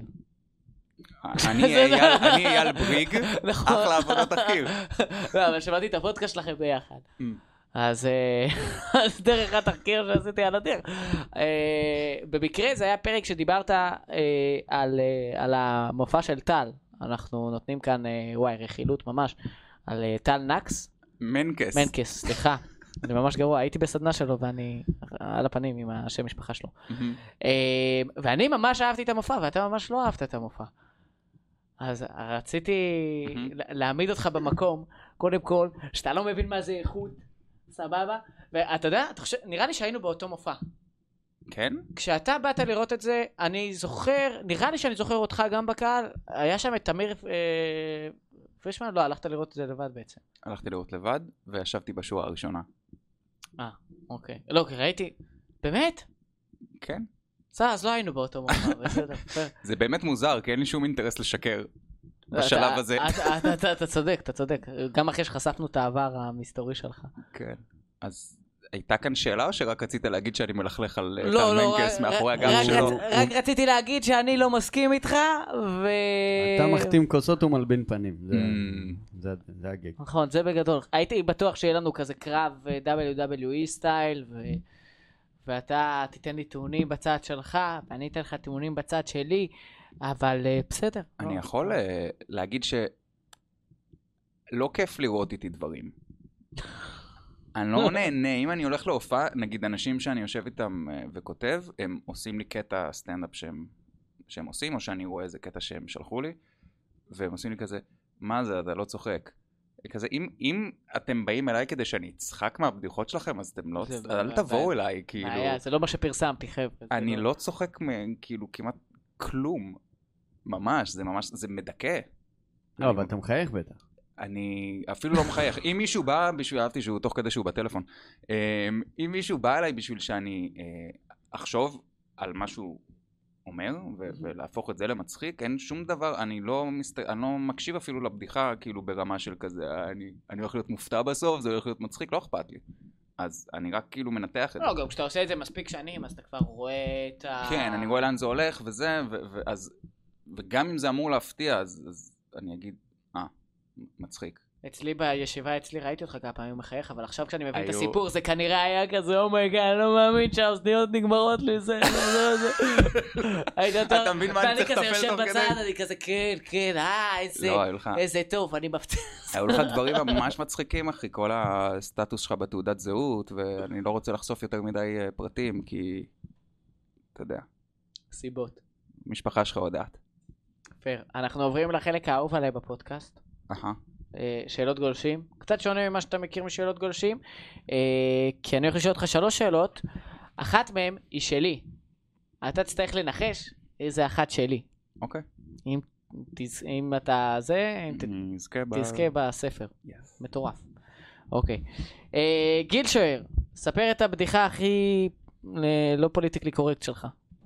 אני אייל, אני אייל בריג, נכון. אחלה עבודת תחקיר. לא, אבל שמעתי את הפודקאסט שלכם ביחד. Mm. אז אה, אז דרך התחקיר שעשיתי על אדיר. אה, במקרה זה היה פרק שדיברת אה, על אה, על המופע של טל. אנחנו נותנים כאן, אה, וואי, רכילות ממש, על אה, טל נקס. מנקס. מנקס, סליחה. אני ממש גרוע, הייתי בסדנה שלו ואני על הפנים עם השם משפחה שלו. מהמם. אה, ואני ממש אהבתי את המופע, ואתה ממש לא אהבת את המופע. אז רציתי מהמם. להעמיד אותך במקום, קודם כל, שאתה לא מבין מה זה איכות, סבבה? ואתה יודע, אתה חושב, נראה לי שהיינו באותו מופע. כן? כשאתה באת לראות את זה, אני זוכר, נראה לי שאני זוכר אותך גם בקהל, היה שם את תמיר אה, פרישמן, לא, הלכת לראות את זה לבד בעצם. הלכתי לראות לבד, וישבתי בשורה הראשונה. אה, אוקיי. לא, כי ראיתי, באמת? כן? בסדר, אז לא היינו באותו מופע, בסדר. בסדר. זה באמת מוזר, כי אין לי שום אינטרס לשקר בשלב אתה- הזה. אתה- אתה- אתה- אתה צודק, אתה צודק. גם אחרי שחשפנו את העבר המסתורי שלך. כן. אז הייתה כאן שאלה או שרק רצית להגיד שאני מלכלך על לא, טל לא, מנקס רק- מאחורי הגב רק שלו? רצ- רק רציתי להגיד שאני לא מסכים איתך, ו... אתה מחתים כוסות ומלבין פנים. זה- Mm. זה- זה הגג. נכון, זה בגדול. הייתי בטוח שיהיה לנו כזה קרב אה, דאבליו דאבליו אי סטייל, ו... ואתה תיתן לי טיעונים בצד שלך, ואני אתן לך טיעונים בצד שלי, אבל אה, בסדר. אני לא. יכול אה, להגיד שלא כיף לראות איתי דברים. אני לא נהנה, אם אני הולך להופעה, נגיד אנשים שאני יושב איתם אה, וכותב, הם עושים לי קטע סטנדאפ שהם, שהם עושים, או שאני רואה איזה קטע שהם שלחו לי, והם עושים לי כזה, מה זה, אתה לא צוחק. כזה, אם, אם אתם באים אליי כדי שאני אצחק מהבדיחות שלכם, אז אתם לא, זה אל בעיה. תבואו אליי, כאילו. בעיה, זה לא מה שפרסמתי, חבר'ה. זה אני לא צוחק מ- כאילו כמעט כלום. ממש, זה ממש, זה מדכא. לא, אבל אתה מחייך בטח. אני אפילו לא מחייך. אם מישהו בא בשביל, אהבתי שהוא תוך כדי שהוא בטלפון, אמ, אם מישהו בא אליי בשביל שאני אה, אחשוב על מה שהוא אומר, ו- ולהפוך את זה למצחיק, אין שום דבר, אני לא, מסת... אני לא מקשיב אפילו לבדיחה, כאילו ברמה של כזה, אני, אני הולך להיות מופתע בסוף, זה הולך להיות מצחיק, לא אכפת לי. אז אני רק כאילו מנתח את זה. לא, גם כשאתה עושה את זה מספיק שנים, אז אתה כבר רואה את ה... כן, אני רואה לאן זה הולך וזה, ו- ו- אז, וגם אם זה אמור להפתיע, אז, אז אני אגיד, אה, מצחיק. אצלי בישיבה אצלי ראיתי אותך כמה פעמים מחייך, אבל עכשיו כשאני מבין את היו- הסיפור זה כנראה היה כזה, אומייגאד, אני לא מאמין שהאוזניות נגמרות לי, זה, זה, זה, זה. היית יותר- אתה מבין מה אני צריך ואני כזה לטפל יושב תוך בצד, כדי? אני כזה, כן, כן, אה, איזה, לא, היו לך, איזה טוב, אני מפתיע. היו לך דברים ממש מצחיקים, אחי, כל הסטטוס שלך בתעודת זהות, ואני לא רוצה לחשוף יותר מדי אה, פרטים, כי, אתה יודע, סיבות. משפחה שלך יודעת. פייר. אנחנו עוברים לחלק האהוב עליי בפודקאסט. אהה. אה, שאלות גולשים. קצת שונה ממה שאתה מכיר משאלות גולשים. אה, כי אני הולך לשאול אותך שלוש שאלות. אחת מהן היא שלי. אתה תצטרך לנחש איזה אחת שלי. אוקיי. אם, תז... אם אתה זה, אם ת... נזכה ב... תזכה בספר. Yes. מטורף. אוקיי. אה, גיל שוער, ספר את הבדיחה הכי אה, לא פוליטיקלי קורקט שלך.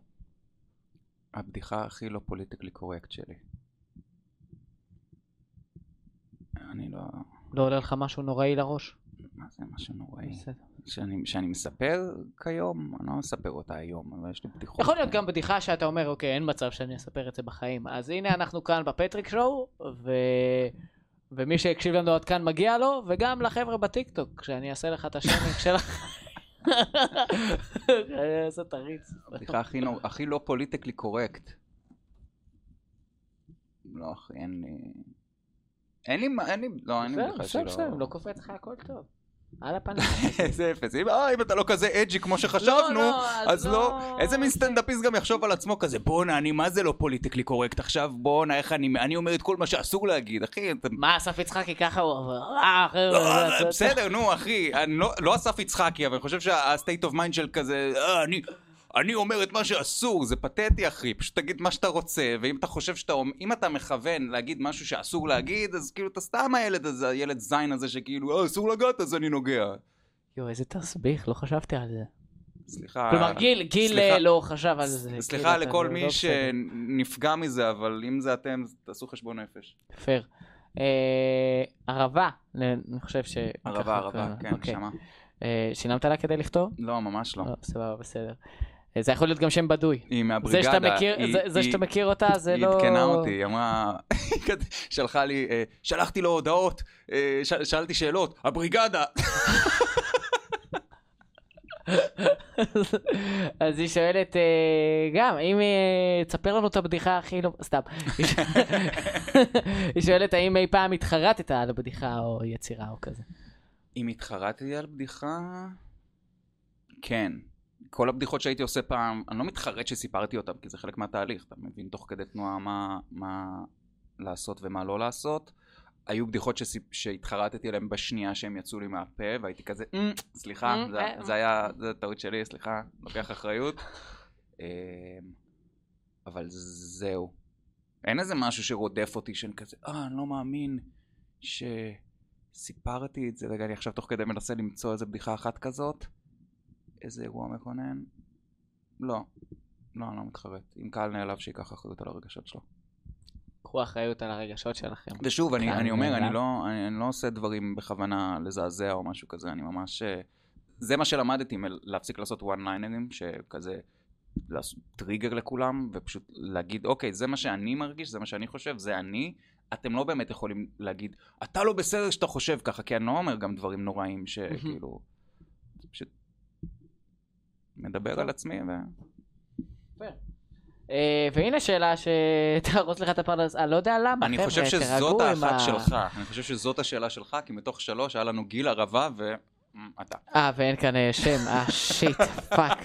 הבדיחה הכי לא פוליטיקלי קורקט שלי. אני לא... לא עולה לך משהו נוראי לראש? מה זה משהו נוראי? בסדר. שאני, שאני מספר כיום, אני לא מספר אותה היום, אבל יש לי בדיחות. יכול להיות גם בדיחה שאתה אומר, אוקיי, אין מצב שאני אספר את זה בחיים. אז הנה אנחנו כאן בפטריק שואו, ו... ומי שהקשיב לנו עד כאן מגיע לו, וגם לחבר'ה בטיקטוק, כשאני אעשה לך את השיימינג שלך. אני אעשה תריץ. הבדיחה הכי, נור... הכי לא פוליטיקלי קורקט. לא, אחי, אין לי... אין לי, אין לי, לא, אין לי בסדר, בדיחה בסדר, שלא... בסדר, לא קופץ לך הכל טוב. על הפנים. איזה אפס, אם, אה, אם אתה לא כזה אג'י כמו שחשבנו, לא, אז אז לא. לא, איזה מין סטנדאפיסט גם יחשוב על עצמו כזה, בואנה, אני מה זה לא פוליטיקלי קורקט עכשיו, בואנה, איך אני, אני אומר את כל מה שאסור להגיד, אחי, אתה... מה, אסף יצחקי ככה הוא... אה, אחי, לא, בסדר, נו, אחי, אני לא- לא אסף יצחקי, אבל אני חושב שה-state of mind של כזה, אה, אני... אני אומר את מה שאסור, זה פתטי אחי, פשוט תגיד מה שאתה רוצה, ואם אתה חושב שאתה, אם אתה מכוון להגיד משהו שאסור להגיד, אז כאילו אתה סתם הילד הזה, הילד זין הזה שכאילו, אה, אסור לגעת, אז אני נוגע. יו, איזה תסביך, לא חשבתי על זה. סליחה. כלומר, גיל, גיל סליחה. לא חשב על זה. סליחה כאילו, לכל אתה מי לא בסדר. שנפגע מזה, אבל אם זה אתם, תעשו חשבון נפש. פייר. אה, ערבה, אני חושב ש... ערבה, ככה ערבה, קוראים לה. כן, אוקיי. שמה. אה, שילמת לה כדי לכתוב? לא, ממש לא. לא, סבבה, בסדר. אה, זה יכול להיות גם שם בדוי. היא זה מהבריגדה. שאתה מכיר, היא- זה- זה היא- שאתה מכיר אותה, זה היא לא... עדכנה אותי, היא אמרה, היא כזה- שלחה לי, אה, שלחתי לו הודעות, אה, ש- שאלתי שאלות, הבריגדה. אז היא שואלת, אה, גם, אם אה, תספר לנו את הבדיחה הכי לא... סתם. היא שואלת, האם אי פעם התחרטת על הבדיחה או יצירה או כזה. אם התחרטתי על בדיחה? כן. כל הבדיחות שהייתי עושה פעם, אני לא מתחרט שסיפרתי אותם, כי זה חלק מהתהליך. אתה מבין תוך כדי תנועה מה, מה לעשות ומה לא לעשות. היו בדיחות שסיפ... שהתחרטתי עליהם בשנייה שהם יצאו לי מהפה, והייתי כזה, "אמ, סליחה, אמ, זה, אה, זה היה, זה טעות שלי, סליחה, לוקח אחריות. אמ, אבל זהו. אין איזה משהו שרודף אותי שאני כזה, אה, אני לא מאמין שסיפרתי את זה. רגע, אני עכשיו תוך כדי מנסה למצוא איזה בדיחה אחת כזאת. איזה אירוע מקונן? לא. לא, אני לא מתחרט. אם קהל נעלב שיקח אחריות על הרגשות שלו. קחו אחריות על הרגשות שלכם. ושוב, אני, קהל אני אומר, נעלב. אני לא, אני, אני לא עושה דברים בכוונה לזעזע או משהו כזה, אני ממש... זה מה שלמדתי, להפסיק לעשות one lineרים, שכזה טריגר לכולם, ופשוט להגיד, אוקיי, זה מה שאני מרגיש, זה מה שאני חושב, זה אני, אתם לא באמת יכולים להגיד, אתה לא בסדר שאתה חושב ככה, כי אני לא אומר גם דברים נוראים, שכאילו, פשוט מדבר על עצמי, ו... והנה שאלה שתהרוס לך את הפרדס, אני לא יודע למה, אני חושב שזאת האחת שלך, אני חושב שזאת השאלה שלך, כי מתוך שלוש היה לנו גיל ערבה ואתה. אה, ואין כאן שם, אה, שיט, פאק.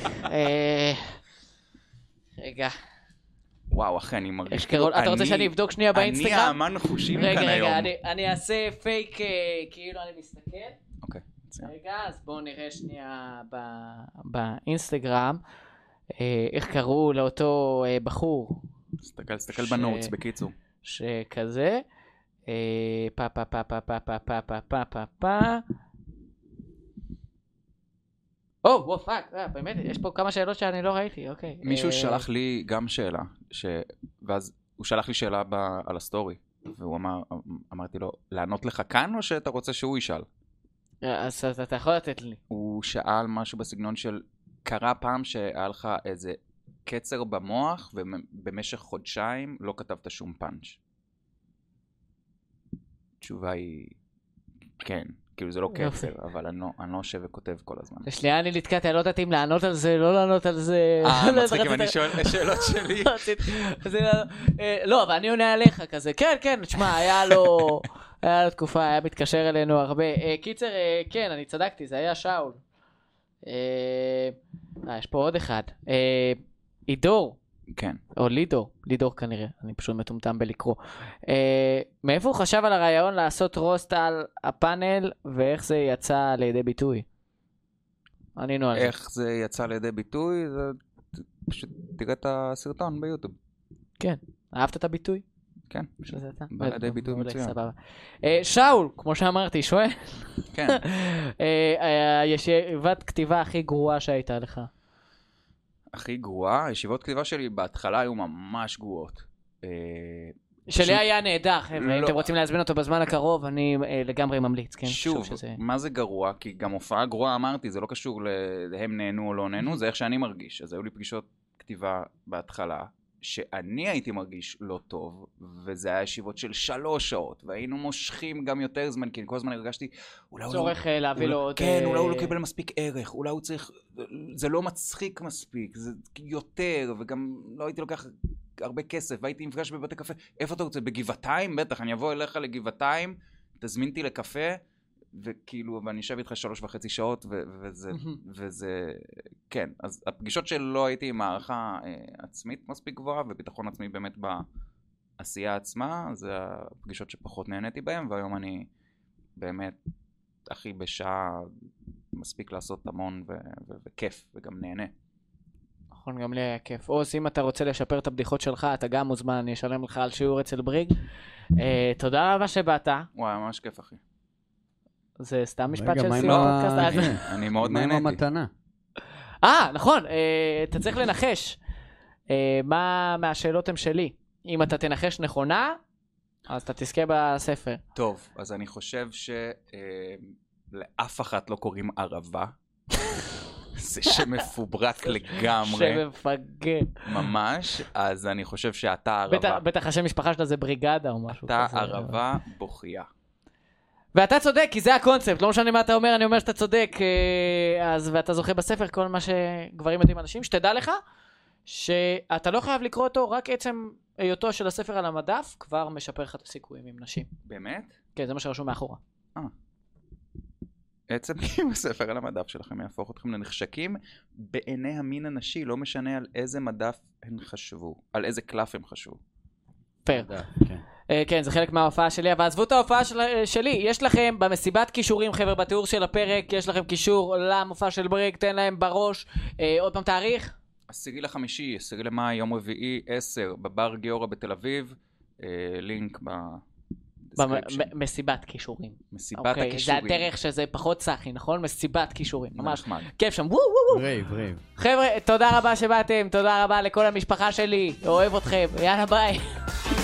רגע. וואו, אחי, אני מרגיש... אתה רוצה שאני אבדוק שנייה באינסטגרם? אני האמן חושים כאן היום. רגע, רגע, אני אעשה פייק, כאילו אני מסתכל. אוקיי. רגע, אז בואו נראה שנייה באינסטגרם. איך קראו לאותו בחור? תסתכל, תסתכל בנוטס, בקיצור. שכזה. פה, פה, פה, פה, פה, פה, פה, פה, פה, פה, פה. או, וואו, פאק, באמת, יש פה כמה שאלות שאני לא ראיתי, אוקיי. מישהו שלח לי גם שאלה, ואז הוא שלח לי שאלה על הסטורי, והוא אמר, אמרתי לו, לענות לך כאן או שאתה רוצה שהוא ישאל? אז אתה יכול לתת לי. הוא שאל משהו בסגנון של, קרה פעם שהיה לך איזה קצר במוח, ובמשך חודשיים לא כתבת שום פאנץ'. תשובה היא, כן. כאילו זה לא קצר, אבל אני לא יושב וכותב כל הזמן. לשנייה אני נתקעתי, אני לא יודעת אם לענות על זה, לא לענות על זה. אה, מצחיק אם אני שואל שאלות שלי. לא, אבל אני עונה עליך כזה. כן, כן, תשמע, היה לו תקופה, היה מתקשר אלינו הרבה. קיצר, כן, אני צדקתי, זה היה שאול. אה, יש פה עוד אחד. עידור. כן. או לידור, לידור כנראה, אני פשוט מטומטם בלקרוא. אה, מאיפה הוא חשב על הרעיון לעשות רוסט על הפאנל, ואיך זה יצא לידי ביטוי? ענינו על זה. איך זה יצא לידי ביטוי? זה פשוט תראה את הסרטון ביוטיוב. כן. אהבת את הביטוי? כן. שזה אתה? בא לידי ביטוי מצוין. אה, שאול, כמו שאמרתי, שואל. כן. אה, הישיבת כתיבה הכי גרועה שהייתה לך. הכי גרועה, הישיבות כתיבה שלי בהתחלה היו ממש גרועות. שלי היה נהדר, חבר'ה, אם אתם רוצים להזמין אותו בזמן הקרוב, אני לגמרי ממליץ, כן? שוב, מה זה גרוע? כי גם הופעה גרועה, אמרתי, זה לא קשור להם נהנו או לא נהנו, זה איך שאני מרגיש. אז היו לי פגישות כתיבה בהתחלה, שאני הייתי מרגיש לא טוב, וזה היה ישיבות של שלוש שעות, והיינו מושכים גם יותר זמן, כי כל הזמן הרגשתי, צורך להביא לו עוד... כן, אולי הוא לא קיבל מספיק ערך, אולי הוא צריך, זה לא מצחיק מספיק, זה יותר, וגם לא הייתי לוקח הרבה כסף, והייתי מפגש בבתי קפה, איפה אתה רוצה? בגבעתיים? בטח, אני אבוא אליך לגבעתיים, תזמינתי לקפה, וכאילו, ואני אשב איתך שלוש וחצי שעות, וזה, וזה, כן. אז הפגישות שלא הייתי עם הערכה עצמית מספיק גבוהה, וביטחון עצמי באמת בעשייה עצמה, זה הפגישות שפחות נהניתי בהן, והיום אני באמת, הכי בשעה, מספיק לעשות המון וכיף, וגם נהנה. נכון, גם לי היה כיף. עוז, אם אתה רוצה לשפר את הבדיחות שלך, אתה גם מוזמן, אני אשלם לך על שיעור אצל בריג. תודה רבה שבאת. וואי, ממש כיף, אחי. זה סתם משפט של סיום הפודקאסט. אני מאוד נהניתי. מה עם המתנה? אה, נכון, אתה צריך לנחש. מה מהשאלות הם שלי? אם אתה תנחש נכונה, אז אתה תזכה בספר. טוב, אז אני חושב שלאף אחת לא קוראים ערבה. זה שמפוברק לגמרי. שמפגר. ממש, אז אני חושב שאתה ערבה. בטח השם משפחה שלה זה בריגדה או משהו כזה. אתה ערבה בוכייה. ואתה צודק, כי זה הקונספט, לא משנה מה אתה אומר, אני אומר שאתה צודק, אז ואתה זוכה בספר, כל מה שגברים יודעים אנשים, שתדע לך, שאתה לא חייב לקרוא אותו, רק עצם היותו של הספר על המדף, כבר משפר לך את הסיכויים עם נשים. באמת? כן, זה מה שרשום מאחורה. אה. עצם כי הספר על המדף שלכם יהפוך אתכם לנחשקים בעיני המין הנשי, לא משנה על איזה מדף הם חשבו, על איזה קלף הם חשבו. פייר. כן, זה חלק מההופעה שלי, אבל עזבו את ההופעה שלי, יש לכם במסיבת כישורים, חבר'ה, בתיאור של הפרק, יש לכם קישור למופע של בריג, תן להם בראש, עוד פעם תאריך? עשירי לחמישי, עשירי למאי, יום רביעי, עשר, בבר גיורא בתל אביב, לינק ב... מסיבת כישורים. מסיבת הכישורים. זה הדרך שזה פחות סחי, נכון? מסיבת כישורים. ממש כיף שם. רייב, רייב. חבר'ה, תודה רבה שבאתם, תודה רבה לכל המשפחה שלי, אוהב אתכם, יאללה ביי.